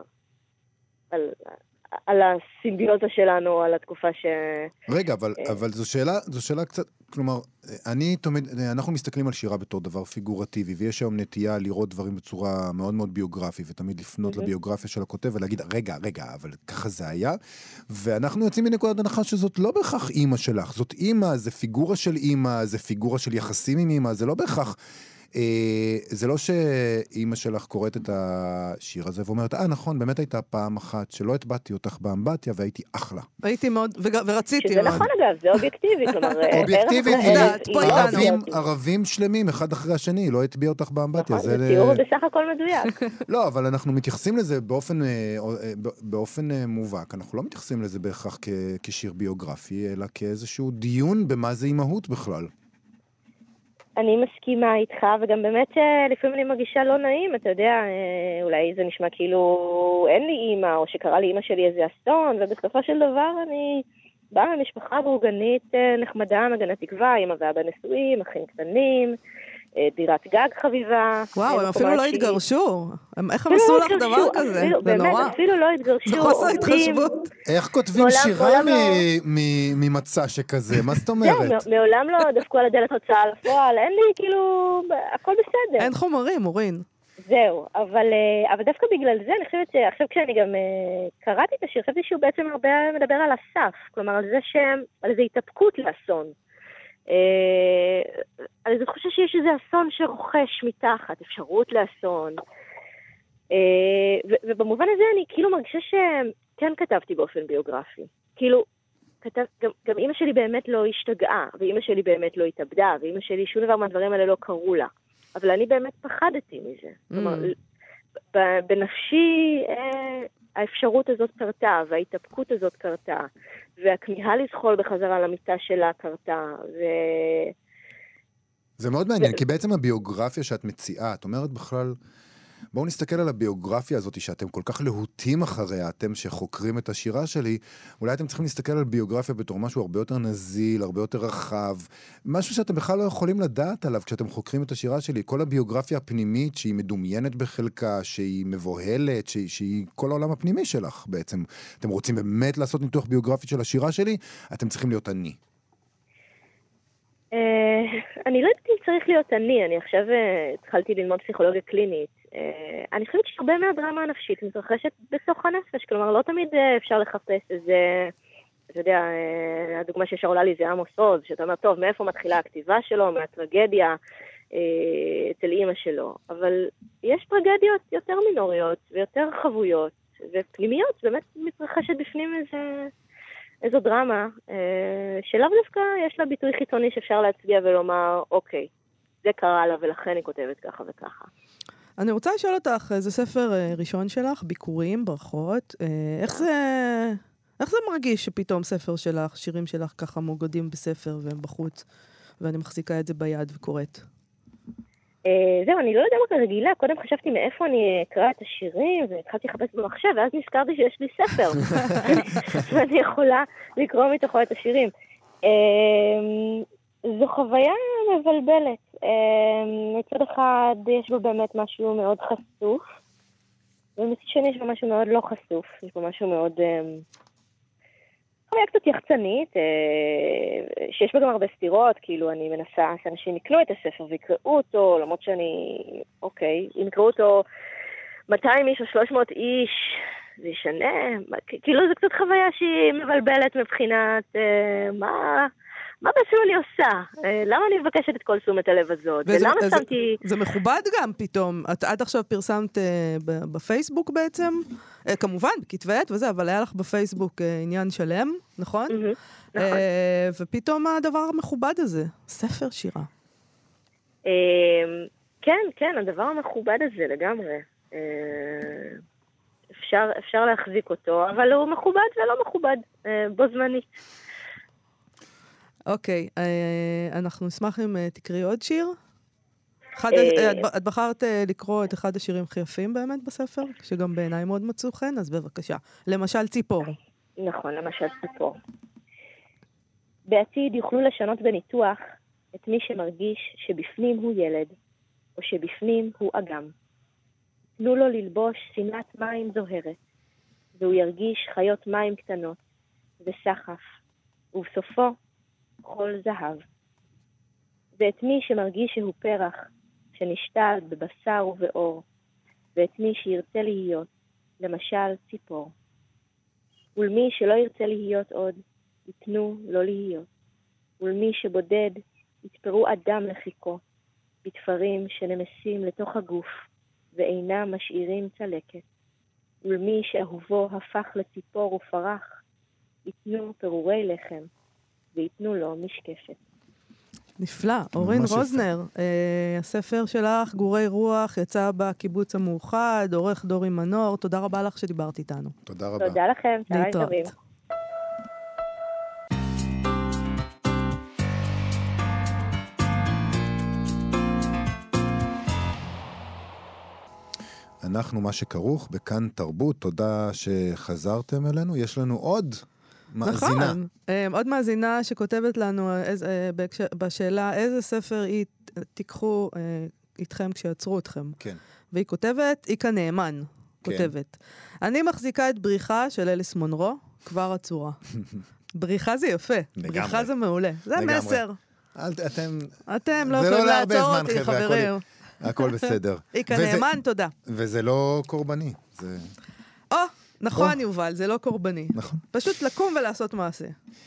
S5: על הסימביוזה שלנו, על התקופה
S4: רגע, אבל זו שאלה קצת, כלומר, אנחנו מסתכלים על שירה בתור דבר פיגורטיבי, ויש היום נטייה לראות דברים בצורה מאוד מאוד ביוגרפית, ותמיד לפנות לביוגרפיה של הכותב, ולהגיד, רגע, אבל ככה זה היה, ואנחנו יוצאים מנקודת הנחה שזאת לא בהכרח אימא שלך, זאת אימא, זה פיגורה של אימא, זה פיגורה של יחסים עם אימא, זה לא בהכרח, זה לא שאימא שלך קוראת את השיר הזה ואומרת, נכון, באמת הייתה פעם אחת שלא התבאתי אותך באמבטיה והייתי אחלה.
S3: הייתי מאוד, ורציתי.
S5: שזה נכון אגב, זה אובייקטיבי.
S4: אובייקטיבי, ערבים שלמים, אחד אחרי השני, לא התביע אותך באמבטיה.
S5: נכון, זה תיאור בסך הכל מדויק.
S4: לא, אבל אנחנו מתייחסים לזה באופן מובהק. אנחנו לא מתייחסים לזה בהכרח כשיר ביוגרפי, אלא כאיזשהו דיון במה זה אימהות בכלל.
S5: אני מסכימה איתך, וגם באמת לפעמים אני מרגישה לא נעים, אתה יודע, אולי זה נשמע כאילו אין לי אימא, או שקרה לאימא שלי איזה אסון, ובסופו של דבר אני באה ממשפחה בורגנית נחמדה, מגנה תקווה, אימא ואבא נשואים, אחים קטנים, דירת גג חביבה.
S3: וואו, הם אפילו לא התגרשו. איך הם עשו לך דבר כזה? זה נורא.
S5: באמת, אפילו לא התגרשו.
S3: זה חוסר התחשבות.
S4: איך כותבים שירה ממצע שכזה? מה זאת אומרת?
S5: מעולם לא דפקו על הדלת הוצאה לפועל. אין לי, כאילו, הכל בסדר.
S3: אין חומרים, אורין.
S5: זהו, אבל דווקא בגלל זה, אני חושבת שעכשיו כשאני גם קראתי את השיר, חשבתי שהוא בעצם הרבה מדבר על הסף. כלומר, על זה התאפקות לאסון. אני חושבת שיש איזה אסון שרוכש מתחת, אפשרות לאסון. ובמובן הזה אני כאילו מרגישה שכן כתבתי באופן ביוגרפי. כאילו, גם אמא שלי באמת לא השתגעה, ואמא שלי באמת לא התאבדה, ואמא שלי שום דבר מהדברים האלה לא קרו לה. אבל אני באמת פחדתי מזה. כלומר, בנפשי האפשרות הזאת קרתה, וההתאפקות הזאת קרתה, והכמיהה לזחול בחזרה למיטה שלה קרתה,
S4: זה מאוד מעניין, כי בעצם הביוגרפיה שאת מציעה, את אומרת בכלל, בואו נסתכל על הביוגרפיה הזאת שאתם כל כך להוטים אחריה, אתם שחוקרים את השירה שלי, אולי אתם צריכים להסתכל על ביוגרפיה בתור משהו הרבה יותר נזיל, הרבה יותר רחב, משהו שאתם בכלל לא יכולים לדעת עליו כשאתם חוקרים את השירה שלי, כל הביוגרפיה הפנימית שהיא מדומיינת בחלקה, שהיא מבוהלת, שהיא כל העולם הפנימי שלך בעצם. אתם רוצים באמת לעשות ניתוח ביוגרפי של השירה שלי, אתם צריכים להיות אני.
S5: אני לא יודעת אם צריך להיות אני עכשיו התחלתי ללמוד פסיכולוגיה קלינית. אני חושבת שהרבה מהדרמה הנפשית מתרחשת בתוך הנפש, כלומר לא תמיד אפשר לחפש איזה, אתה יודע, הדוגמה שישר עולה לי זה עמוס עוז, שאתה אומר, טוב, מאיפה מתחילה הכתיבה שלו, מהטרגדיה אצל אימא שלו, אבל יש טרגדיות יותר מינוריות ויותר חבויות ופנימיות, באמת מתרחשת בפנים איזו דרמה, שלאו דווקא יש לה ביטוי חיצוני שאפשר להצביע ולומר, אוקיי, זה קרה לה ולכן היא כותבת ככה וככה.
S3: אני רוצה לשאול אותך, זה ספר ראשון שלך, ביקורים, ברכות, איך זה מרגיש שפתאום ספר שלך, שירים שלך ככה מוגדים בספר והם בחוץ, ואני מחזיקה את זה ביד וקוראת?
S5: זהו, אני לא יודע מה רגילה, קודם חשבתי מאיפה אני אקרא את השירים, והתחלתי לחפש במחשב, ואז נזכרתי שיש לי ספר, ואני יכולה לקרוא מתוכו את השירים. זו חוויה מבלבלת. מצד אחד יש בו באמת משהו מאוד חשוף, ומצד שני יש בו משהו מאוד לא חשוף, יש בו משהו מאוד חוויה קצת יחצנית, שיש בה גם הרבה סתירות, כאילו אני מנסה שאנשים יקנו את הספר ויקראו אותו, למרות שאני, אוקיי, אם יקראו אותו 200 איש או 300 איש, זה ישנה, כאילו זה קצת חוויה שהיא מבלבלת מבחינת מה בעצם אני עושה? למה אני מבקשת את כל תשומת הלב הזאת? ולמה שמתי...
S3: זה מכובד גם פתאום. את עד עכשיו פרסמת בפייסבוק בעצם, כמובן, בכתבי עת וזה, אבל היה לך בפייסבוק עניין שלם, נכון?
S5: נכון.
S3: ופתאום הדבר המכובד הזה, ספר שירה.
S5: כן, הדבר המכובד הזה לגמרי. אפשר להחזיק אותו, אבל הוא מכובד ולא מכובד, בו זמנית.
S3: אוקיי, אנחנו נשמח אם תקראי עוד שיר. את בחרת לקרוא את אחד השירים הכי יפים באמת בספר, שגם בעיניי מאוד מצאו חן, אז בבקשה. למשל ציפור.
S5: נכון, למשל ציפור. בעתיד יוכלו לשנות בניתוח את מי שמרגיש שבפנים הוא ילד, או שבפנים הוא אגם. תנו לו ללבוש שמלת מים זוהרת, והוא ירגיש חיות מים קטנות וסחף, ובסופו חול זהב. ואת מי שמרגיש שהוא פרח, שנשתל בבשר ובאור, ואת מי שירצה להיות, למשל ציפור. ולמי שלא ירצה להיות עוד, יתנו לא להיות. ולמי שבודד, יתפרו אדם לחיקו, בתפרים שנמסים לתוך הגוף, ואינם משאירים צלקת. ולמי שאהובו הפך לציפור ופרח, יתנו פירורי לחם, ויתנו לו משקפת.
S3: נפלא. אורין רוזנר, הספר שלך, גורי רוח, יצא בקיבוץ המאוחד, עורך דורי מנור, תודה רבה לך שדיברת איתנו.
S4: תודה רבה.
S5: תודה לכם, צהריים טובים.
S4: אנחנו מה שכרוך בכאן תרבות, תודה שחזרתם אלינו, יש לנו עוד מאזינה.
S3: נכון, עוד מאזינה שכותבת לנו בשאלה איזה ספר תיקחו איתכם כשיעצרו אתכם.
S4: כן.
S3: והיא כותבת, איקה נאמן, כותבת. אני מחזיקה את בריחה של אליס מונרו, כבר עצורה. בריחה זה יפה, בריחה זה מעולה. זה מסר. אתם לא יכולים לעצור אותי, חברים.
S4: הכל בסדר.
S3: איקה נאמן, תודה.
S4: וזה לא קורבני.
S3: נכון, יובל, זה לא קורבני.
S4: נכון.
S3: פשוט לקום ולעשות מעשה.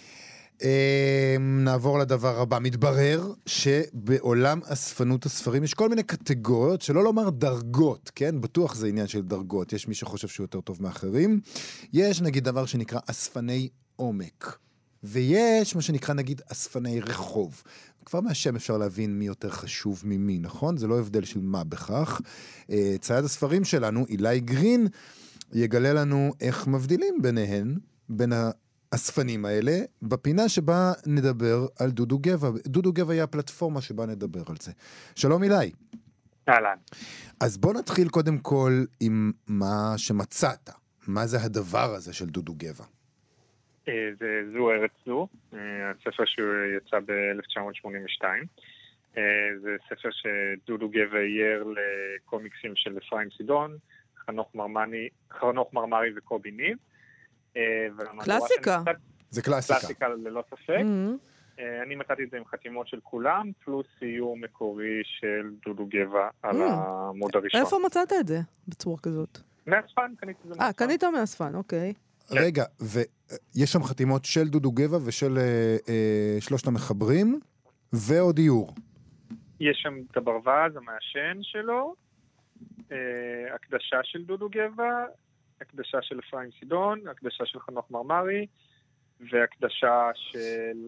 S4: נעבור לדבר הבא. מתברר שבעולם אספנות הספרים יש כל מיני קטגוריות, שלא לומר דרגות, כן? בטוח זה עניין של דרגות. יש מי שחושב שהוא יותר טוב מאחרים. יש נגיד דבר שנקרא אספני עומק. ויש מה שנקרא נגיד אספני רחוב. כבר מהשם אפשר להבין מי יותר חשוב ממי, נכון? זה לא הבדל של מה בכך. צייד הספרים שלנו, אילי גרין, יגלה לנו איך מבדילים ביניהן, בין האספנים האלה, בפינה שבה נדבר על דודו גבע. דודו גבע היא הפלטפורמה שבה נדבר על זה. שלום אילי.
S6: אהלן.
S4: אז בוא נתחיל קודם כל עם מה שמצאת. מה זה הדבר הזה של דודו גבע?
S6: זה זו ארץ זו, הספר שיצא ב-1982. זה ספר שדודו גבע אייר לקומיקסים של אפרים סידון, חנוך מרמרי וקובי ניב.
S3: קלאסיקה.
S4: זה קלאסיקה.
S6: קלאסיקה ללא ספק. אני מצאתי את זה עם חתימות של כולם, פלוס סיור מקורי של דודו גבע על העמוד הראשון.
S3: איפה מצאת את זה בצורה כזאת?
S6: מאספן, קניתי את זה מאספן.
S3: קנית מאספן, אוקיי.
S4: רגע, ויש שם חתימות של דודו גבע ושל שלושת המחברים, ועוד איור.
S6: יש שם את הברווז, המעשן שלו, הקדשה של דודו גבע, הקדשה של אפרים סידון, הקדשה של חנוך מרמרי, והקדשה של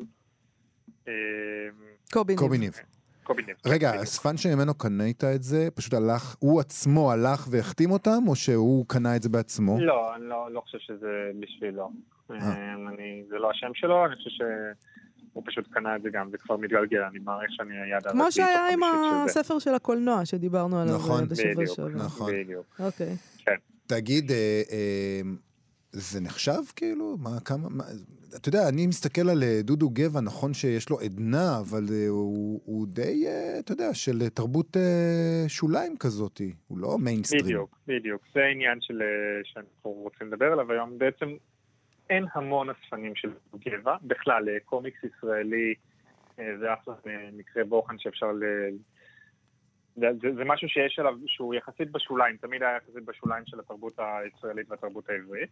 S3: קובי ניב.
S4: רגע, הספן שממנו קנית את זה, פשוט הלך, הוא עצמו הלך והחתים אותם, או שהוא קנה את זה בעצמו?
S6: לא, אני לא חושב שזה בשבילו. זה לא השם שלו, אני חושב שהוא פשוט קנה את זה גם, זה כבר מתגלגל, אני מעריך שאני ידע...
S3: כמו שהיה עם הספר של הקולנוע שדיברנו עליו בשבוע שעבר.
S4: נכון,
S6: בדיוק.
S3: אוקיי.
S6: כן.
S4: תגיד, זה נחשב כאילו? אתה יודע, אני מסתכל על דודו גבע, נכון שיש לו עדנה, אבל הוא די, אתה יודע, של תרבות שוליים כזאת, הוא לא מיינסטרים.
S6: בדיוק. זה העניין שאנחנו רוצים לדבר עליו היום. בעצם אין המון אספנים של דודו גבע, בכלל, קומיקס ישראלי, זה אחלה מקרה בוחן שאפשר זה משהו שיש עליו, שהוא יחסית בשוליים, תמיד היה יחסית בשוליים של התרבות הישראלית והתרבות העברית.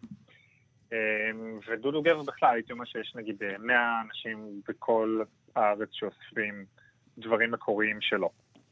S6: ודודו גבע בכלל, הייתי אומר שיש נגיד 100 אנשים בכל הארץ שאוספים דברים מקוריים שלו.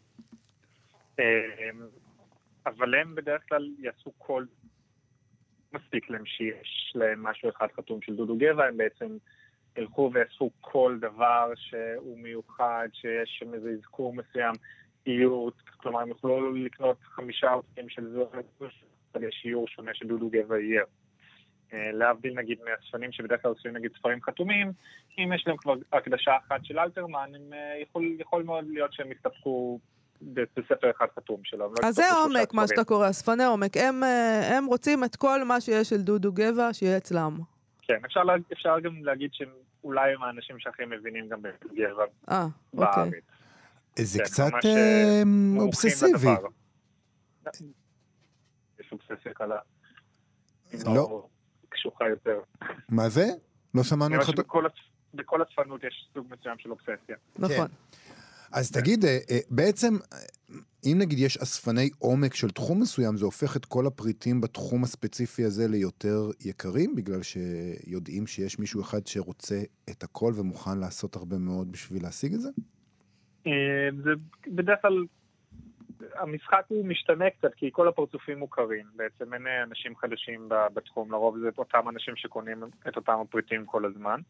S6: אבל הם בדרך כלל יעשו כל מספיק להם שיש להם משהו אחד חתום של דודו גבע, הם בעצם ילכו ויעשו כל דבר שהוא מיוחד, שיש שם איזה אזכור מסוים. איור, כלומר הם יוכלו לקנות 5 עותקים של זוהר נטוש, אבל יש איור שונה של דודו גבע אייר. להבדיל נגיד מהספנים שבדרך כלל עושים נגיד ספרים חתומים, אם יש להם כבר הקדשה אחת של אלתרמן, הם יכול מאוד להיות שהם יסתפקו בספר אחד חתום שלו.
S3: אז זה עומק, מה שאתה קורא, ספני עומק. הם רוצים את כל מה שיש של דודו גבע, שיהיה אצלם.
S6: כן, אפשר גם להגיד שאולי הם האנשים שהכי מבינים גם בדודו גבע בארץ.
S4: זה קצת אובססיבי.
S6: יש אובססיה קלה.
S4: לא.
S6: קשוחה יותר.
S4: מה זה? לא שמענו אותך.
S6: בכל הצפנות יש סוג מסוים של אובססיה.
S3: נכון.
S4: אז תגיד, בעצם, אם נגיד יש אספני עומק של תחום מסוים, זה הופך את כל הפריטים בתחום הספציפי הזה ליותר יקרים, בגלל שיודעים שיש מישהו אחד שרוצה את הכל ומוכן לעשות הרבה מאוד בשביל להשיג את זה?
S6: זה בדרך כלל, המשחק הוא משתנה קצת, כי כל הפרצופים מוכרים. בעצם אין אנשים חדשים בתחום, לרוב זה אותם אנשים שקונים את אותם הפריטים כל הזמן.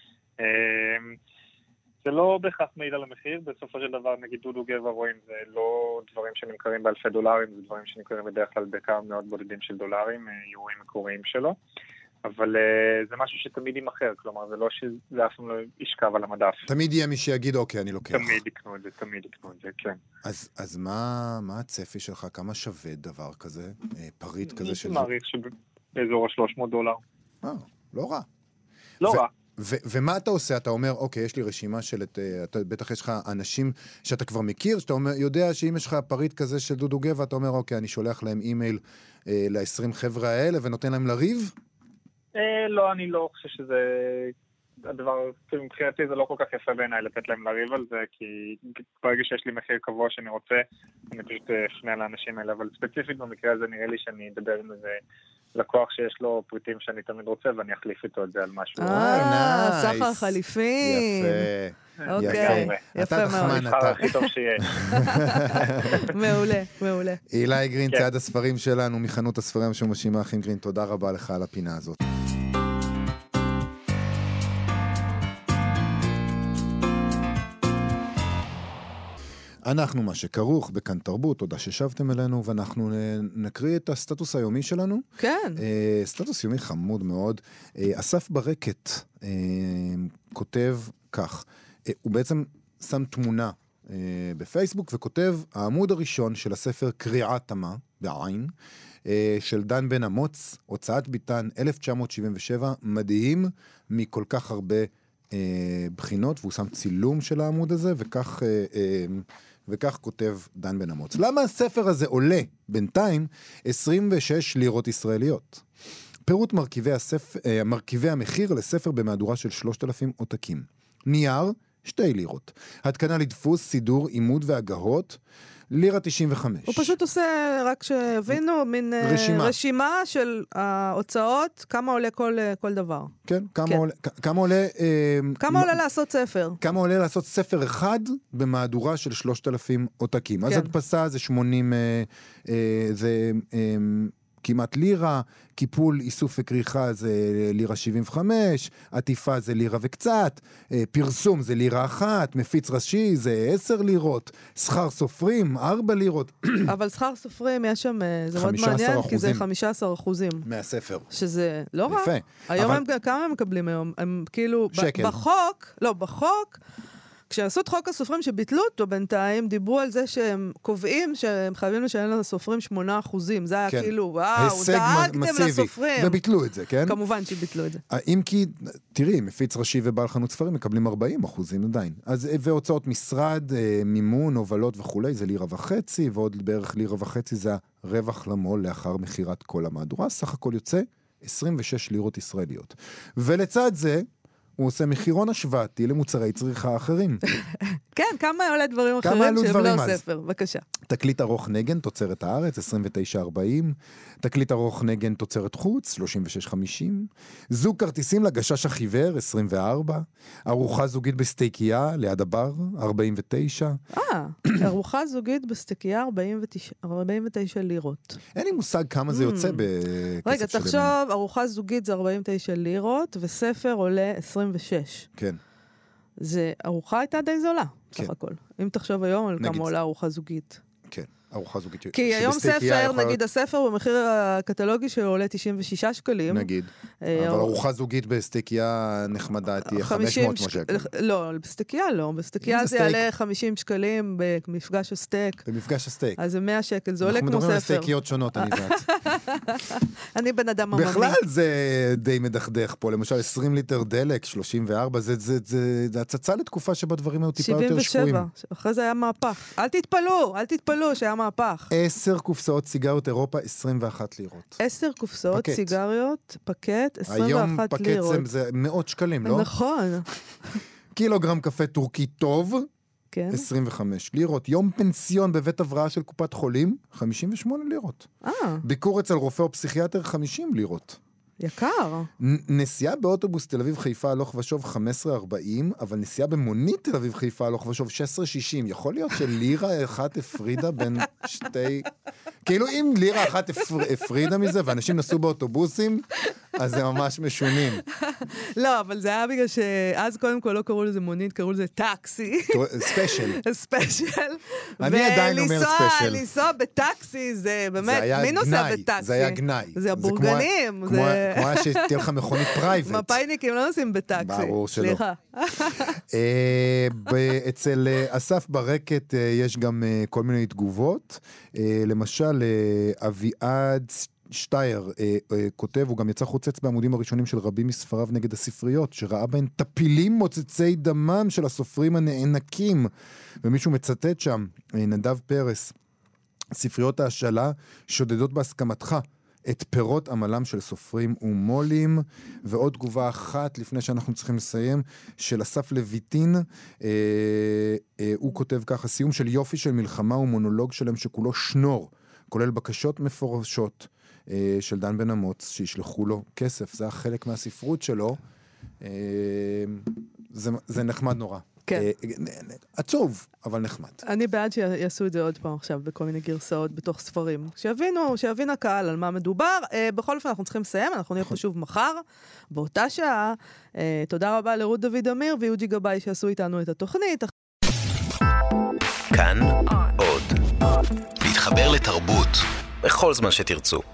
S6: זה לא בהכרח מעיד על המחיר, בסופו של דבר נגיד דודו גבע רואים, זה לא דברים שנמכרים באלפי דולרים, זה דברים שנמכרים בדרך כלל בכמה מאות בודדים של דולרים, איורים מקוריים שלו. אבל זה משהו שתמיד יימחר, כלומר זה לא שזה אף פעם לא ישכב על המדף.
S4: תמיד יהיה מי שיגיד, אוקיי, אני לוקח.
S6: תמיד יקנו את זה, כן.
S4: אז מה הצפי שלך? כמה שווה דבר כזה? פריט כזה של...
S6: אני מעריך שבאזור $300.
S4: לא רע.
S6: לא רע.
S4: ומה אתה עושה? אתה אומר, אוקיי, יש לי רשימה של... בטח יש לך אנשים שאתה כבר מכיר, שאתה יודע שאם יש לך פריט כזה של דודו גבע, אתה אומר, אוקיי, אני שולח להם אימייל ל-20 חבר'ה האלה ונותן להם לריב?
S6: לא, אני לא חושב שזה הדבר, מבחינתי זה לא כל כך יפה בעיניי לתת להם לריב על זה, כי ברגע שיש לי מחיר קבוע שאני רוצה, אני פשוט אפנה לאנשים האלה, אבל ספציפית במקרה הזה נראה לי שאני אדבר עם איזה לקוח שיש לו פריטים שאני תמיד רוצה, ואני אחליף איתו את זה על משהו.
S3: סחר חליפין.
S4: יפה.
S3: אוקיי, יפה מאוד.
S6: המסחר הכי טוב שיהיה.
S3: מעולה, מעולה.
S4: אילי גרין, צעד הספרים שלנו, מחנות הספרים המשומשים האחים גרין, תודה רבה לך על הפינה הזאת. אנחנו מה שכרוך בכאן תרבות, תודה ששבתם אלינו, ואנחנו נקריא את הסטטוס היומי שלנו.
S3: כן.
S4: סטטוס יומי חמוד מאוד. אסף ברקת כותב כך, הוא בעצם שם תמונה בפייסבוק, וכותב, העמוד הראשון של הספר קריאת תמה, בעין, של דן בן אמוץ, הוצאת ביטן 1977, מדהים מכל כך הרבה בחינות, והוא שם צילום של העמוד הזה, וכך כותב דן בן אמוץ. למה הספר הזה עולה בינתיים 26 לירות ישראליות? פירוט מרכיבי המחיר לספר במהדורה של 3,000 עותקים. נייר, 2 לירות. התקנה לדפוס, סידור, עימוד והגהות, לירה 95.
S3: הוא פשוט עושה, רק שהבינו, מין רשימה של ההוצאות, כמה עולה כל דבר.
S4: כן, כמה עולה
S3: לעשות ספר.
S4: כמה עולה לעשות ספר אחד במהדורה של 3,000 עותקים. אז הדפסה זה 80, זה כמעט לירה, קיפול, איסוף וכריכה זה לירה 75, עטיפה זה לירה וקצת, פרסום זה לירה 1, מפיץ ראשי זה 10 לירות, שכר סופרים 4 לירות.
S3: אבל שכר סופרים יש שם, זה מאוד מעניין, כי זה 15%
S4: מהספר.
S3: שזה לא רע.
S4: יפה.
S3: היום כמה הם מקבלים היום? הם כאילו,
S4: שקל.
S3: בחוק, כשעשו את חוק הסופרים שביטלו אותו בינתיים, דיברו על זה שהם קובעים שהם חייבים לשלם לסופרים 8%. זה היה כאילו, וואו, דאגתם לסופרים.
S4: וביטלו את זה, כן?
S3: כמובן שביטלו את זה.
S4: אם כי, תראי, מפיץ ראשי ובעל חנות ספרים מקבלים 40% עדיין. אז, והוצאות משרד, מימון, הובלות וכולי, זה לירה וחצי, ועוד בערך לירה וחצי זה הרווח למול לאחר מחירת כל המהדורה. סך הכל יוצא 26 לירות ישראליות. ולצד זה, הוא עושה מחירון השוואתי למוצרי צריכה אחרים.
S3: כן, כמה עולה דברים אחרים שהם לא ספר, בבקשה. תקליט
S4: ארוך נגן, תוצרת הארץ, 29.40. תקליט ארוך נגן, תוצרת חוץ, 36.50. זוג כרטיסים לגשש החיוור, 24. ארוחה זוגית בסטייקייה, ליד הבר, 49.
S3: ארוחה זוגית בסטייקייה, 49 לירות.
S4: אין לי מושג כמה זה יוצא בכסף שלנו.
S3: רגע, תחשוב, ארוחה זוגית זה 49 לירות, וספר עולה 26.
S4: כן.
S3: זה ארוחה הייתה די זולה, סך הכל. אם תחשוב היום על כמה עולה ארוחה זוגית.
S4: כן, ארוחה זוגית.
S3: כי היום ספר, נגיד הספר במחיר הקטלוגי שלו עולה 96 שקלים.
S4: נגיד. אבל ארוחה זוגית בסטייקייה נחמדה תהיה 500 שקל.
S3: לא, בסטייקייה לא. בסטייקייה זה יעלה 50 שקלים במפגש הסטייק.
S4: במפגש הסטייק.
S3: אז זה 100 שקל, זה עולה כמו ספר.
S4: אנחנו מדברים על סטייקיות שונות, אני יודעת.
S3: אני בן אדם עממי.
S4: בכלל זה די מדכדך פה. למשל 20 ליטר דלק, 34, זה הצצה לתקופה שבה דברים היו טיפה יותר שפויים.
S3: 77, אחרי זה היה מהפך. אל תתפלו שהיה מהפך.
S4: 10 קופסאות סיגריות אירופה, 21 לירות.
S3: 10 קופסאות סיגריות, פקט, 21
S4: היום
S3: לירות.
S4: פקט זה מאות שקלים, לא?
S3: נכון.
S4: קילוגרם קפה טורקי טוב, 25 לירות. יום פנסיון בבית הבראה של קופת חולים, 58 לירות. ביקור אצל רופא או פסיכיאטר, 50 לירות.
S3: יקר.
S4: נסיעה באוטובוס תל אביב חיפה הלוך ושוב 15.40, אבל נסיעה במונית תל אביב חיפה הלוך ושוב 16.60. יכול להיות שלירה אחת הפרידה בין שתי... כאילו אם לירה אחת הפרידה מזה ואנשים נסעו באוטובוסים, אז זה ממש משונים. לא,
S3: אבל זה היה בגלל שאז קודם כל לא קראו לזה מונית, קראו לזה טקסי.
S4: ספיישל.
S3: ספיישל.
S4: אני עדיין אומר ספיישל.
S3: ולנסוע בטקסי זה באמת, מי נוסע בטקסי?
S4: זה היה גנאי.
S3: זה הבורגנים.
S4: כמו היה שתהיה לך מכונית פרייבט.
S3: מפאיניקים לא נוסעים בטקסי.
S4: ברור שלא.
S3: סליחה.
S4: אצל אסף ברקת יש גם כל מיני תגובות. למשל, אביעד שטייר כותב, הוא גם יצא חוצץ בעמודים הראשונים של רבים מספריו נגד הספריות, שראה בהן טפילים מוצצי דמם של הסופרים הנאנקים. ומישהו מצטט שם, נדב פרס, ספריות ההשאלה שודדות בהסכמתך את פירות עמלם של סופרים ומולים. ועוד תגובה אחת לפני שאנחנו צריכים לסיים, של אסף לויטין, הוא כותב ככה, סיום של יופי של מלחמה ומונולוג שלם שכולו שנור, כולל בקשות מפורשות של דן בן אמוץ שישלחו לו כסף. זה החלק מהספרות שלו. זה נחמד נורא.
S3: כן.
S4: עצוב, אבל נחמד.
S3: אני בעד שיעשו את זה עוד פעם עכשיו, בכל מיני גרסאות בתוך ספרים. שיבין הקהל על מה מדובר. בכל אופן, אנחנו צריכים לסיים, אנחנו נהיה פה שוב מחר, באותה שעה. תודה רבה לרות דוד אמיר ויוג'י גבאי שעשו איתנו את התוכנית.
S1: כאן עוד. להתחבר לתרבות בכל זמן שתרצו.